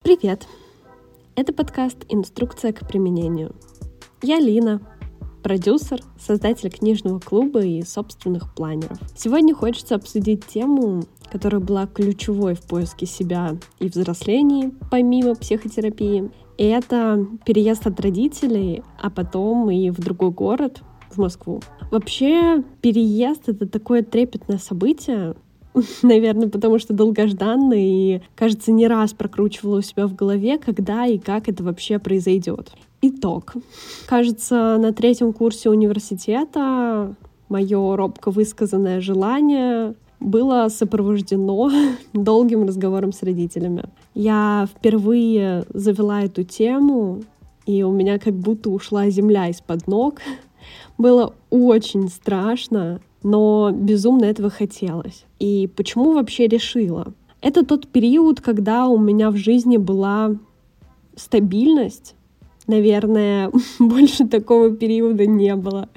Привет! Это подкаст «Инструкция к применению». Я Лина, продюсер, создатель книжного клуба и собственных планеров. Сегодня хочется обсудить тему, которая была ключевой в поиске себя и взрослении, помимо психотерапии. И это переезд от родителей, а потом и в другой город, в Москву. Вообще, переезд — это такое трепетное событие, наверное, потому что долгожданно, и, кажется, не раз прокручивала у себя в голове, когда и как это вообще произойдет. Итог. Кажется, на 3-м курсе университета мое робко высказанное желание было сопровождено долгим разговором с родителями. Я впервые завела эту тему, и у меня как будто ушла земля из-под ног. Было очень страшно, но безумно этого хотелось. И почему вообще решила? Это тот период, когда у меня в жизни была стабильность. Наверное, больше такого периода не было.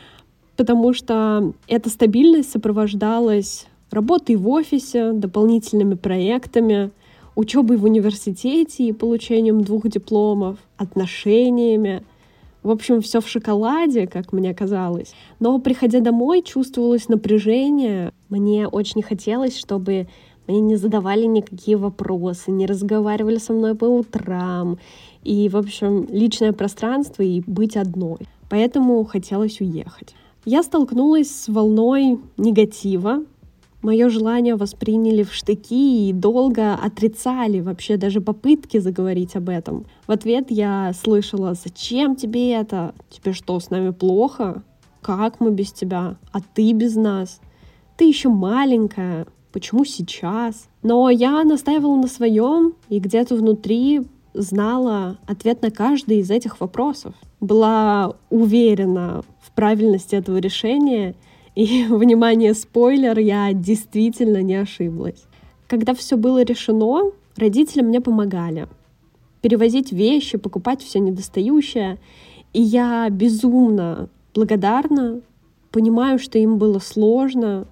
Потому что эта стабильность сопровождалась работой в офисе, дополнительными проектами, учебой в университете и получением 2 дипломов, отношениями. В общем, все в шоколаде, как мне казалось. Но, приходя домой, чувствовалось напряжение. Мне очень хотелось, чтобы мне не задавали никакие вопросы, не разговаривали со мной по утрам. И, в общем, личное пространство и быть одной. Поэтому хотелось уехать. Я столкнулась с волной негатива. Мое желание восприняли в штыки и долго отрицали вообще даже попытки заговорить об этом. В ответ я слышала: «Зачем тебе это? Тебе что, с нами плохо? Как мы без тебя? А ты без нас? Ты еще маленькая. Почему сейчас?» Но я настаивала на своем и где-то внутри знала ответ на каждый из этих вопросов. Была уверена в правильности этого решения. И, внимание, спойлер, я действительно не ошиблась. Когда все было решено, родители мне помогали перевозить вещи, покупать все недостающее. И я безумно благодарна, понимаю, что им было сложно,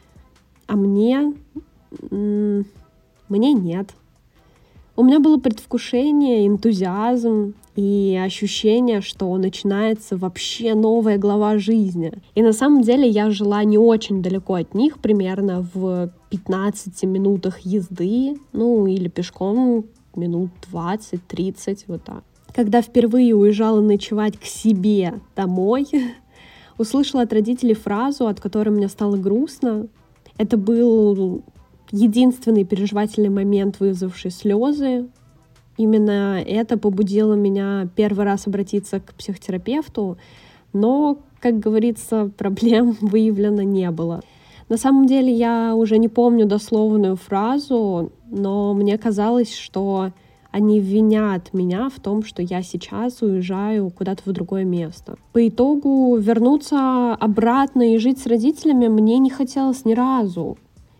а мне нет. У меня было предвкушение, энтузиазм и ощущение, что начинается вообще новая глава жизни. И на самом деле я жила не очень далеко от них, примерно в 15 минутах езды, или пешком минут 20-30, вот так. Когда впервые уезжала ночевать к себе домой, услышала от родителей фразу, от которой мне стало грустно. Это был единственный переживательный момент, вызвавший слезы. Именно это побудило меня первый раз обратиться к психотерапевту, но, как говорится, проблем выявлено не было. На самом деле я уже не помню дословную фразу, но мне казалось, что они винят меня в том, что я сейчас уезжаю куда-то в другое место. По итогу вернуться обратно и жить с родителями мне не хотелось ни разу.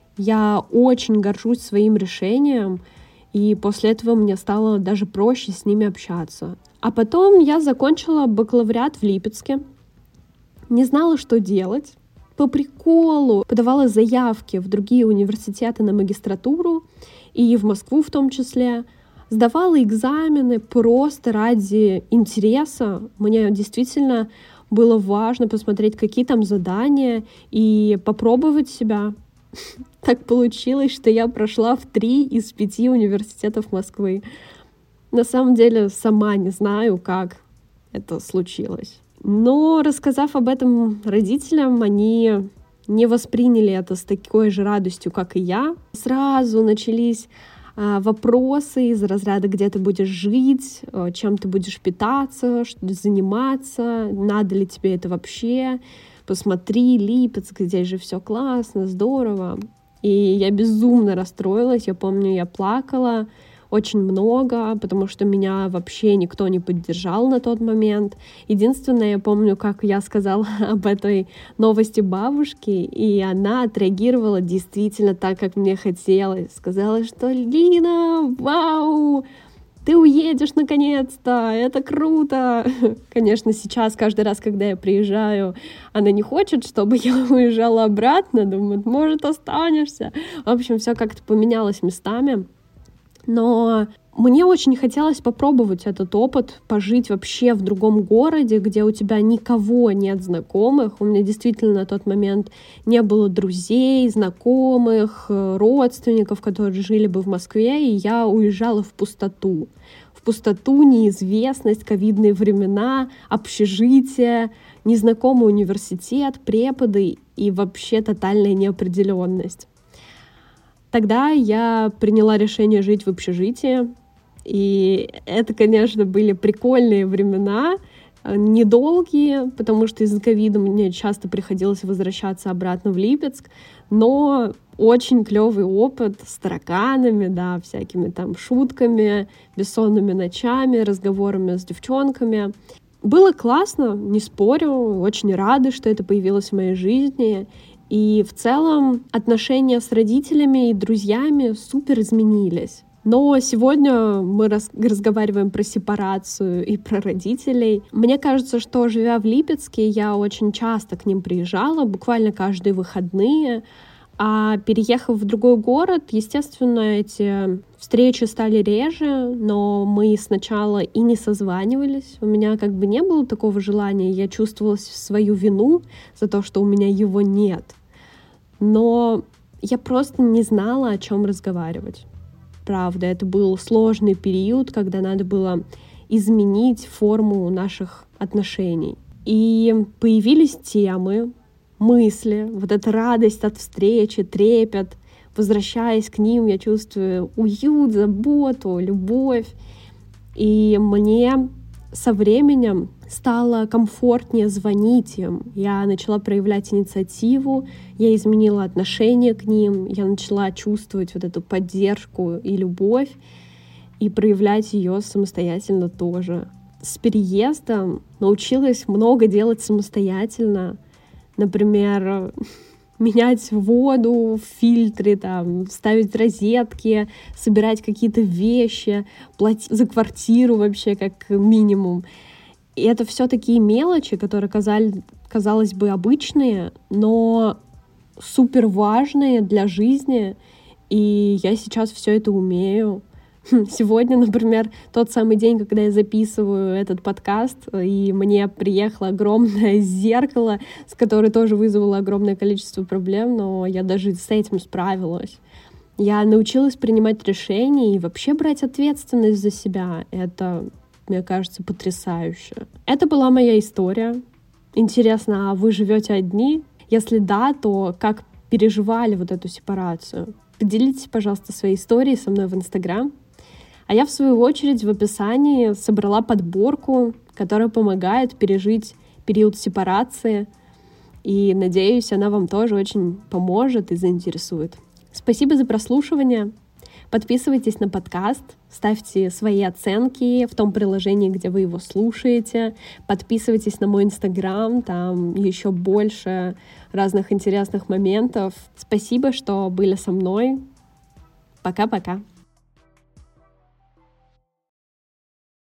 Я очень горжусь своим решением, и после этого мне стало даже проще с ними общаться. А потом я закончила бакалавриат в Липецке. Не знала, что делать. По приколу подавала заявки в другие университеты на магистратуру, и в Москву в том числе. Сдавала экзамены просто ради интереса. Мне действительно было важно посмотреть, какие там задания, и попробовать себя. Так получилось, что я прошла в 3 из 5 университетов Москвы. На самом деле, сама не знаю, как это случилось. Но, рассказав об этом родителям, они не восприняли это с такой же радостью, как и я. Сразу начались вопросы из разряда: где ты будешь жить, чем ты будешь питаться, что заниматься, надо ли тебе это вообще. Посмотри, Липецк, здесь же все классно, здорово. И я безумно расстроилась. Я помню, я плакала очень много, потому что меня вообще никто не поддержал на тот момент. Единственное, я помню, как я сказала об этой новости бабушке, и она отреагировала действительно так, как мне хотелось. Сказала, что: «Лина, вау! Ты уедешь наконец-то, это круто!» Конечно, сейчас, каждый раз, когда я приезжаю, она не хочет, чтобы я уезжала обратно, думает: может, останешься. В общем, все как-то поменялось местами. Но мне очень хотелось попробовать этот опыт, пожить вообще в другом городе, где у тебя никого нет знакомых. У меня действительно на тот момент не было друзей, знакомых, родственников, которые жили бы в Москве, и я уезжала в пустоту. В пустоту, неизвестность, ковидные времена, общежитие, незнакомый университет, преподы и вообще тотальная неопределенность. Тогда я приняла решение жить в общежитии, и это, конечно, были прикольные времена, недолгие, потому что из-за ковида мне часто приходилось возвращаться обратно в Липецк, но очень клевый опыт с тараканами, да, всякими там шутками, бессонными ночами, разговорами с девчонками. Было классно, не спорю, очень рада, что это появилось в моей жизни. И в целом отношения с родителями и друзьями супер изменились. Но сегодня мы разговариваем про сепарацию и про родителей. Мне кажется, что, живя в Липецке, я очень часто к ним приезжала, буквально каждые выходные. А переехав в другой город, естественно, эти встречи стали реже, но мы сначала и не созванивались. У меня как бы не было такого желания, я чувствовала свою вину за то, что у меня его нет. Но я просто не знала, о чем разговаривать. Правда, это был сложный период, когда надо было изменить форму наших отношений. И появились темы, мысли, вот эта радость от встречи, трепет. Возвращаясь к ним, я чувствую уют, заботу, любовь. И мне со временем стало комфортнее звонить им. Я начала проявлять инициативу, я изменила отношение к ним, я начала чувствовать вот эту поддержку и любовь, и проявлять ее самостоятельно тоже. С переездом научилась много делать самостоятельно. Например, менять воду в фильтре, там, ставить розетки, собирать какие-то вещи, платить за квартиру вообще как минимум. И это все такие мелочи, которые казалось бы, обычные, но супер важные для жизни. И я сейчас все это умею. Сегодня, например, тот самый день, когда я записываю этот подкаст, и мне приехало огромное зеркало, с которым тоже вызвало огромное количество проблем, но я даже с этим справилась. Я научилась принимать решения и вообще брать ответственность за себя. Это, мне кажется, потрясающе. Это была моя история. Интересно, а вы живете одни? Если да, то как переживали вот эту сепарацию? Поделитесь, пожалуйста, своей историей со мной в Инстаграм. А я, в свою очередь, в описании собрала подборку, которая помогает пережить период сепарации. И, надеюсь, она вам тоже очень поможет и заинтересует. Спасибо за прослушивание. Подписывайтесь на подкаст, ставьте свои оценки в том приложении, где вы его слушаете. Подписывайтесь на мой Инстаграм, там еще больше разных интересных моментов. Спасибо, что были со мной. Пока-пока.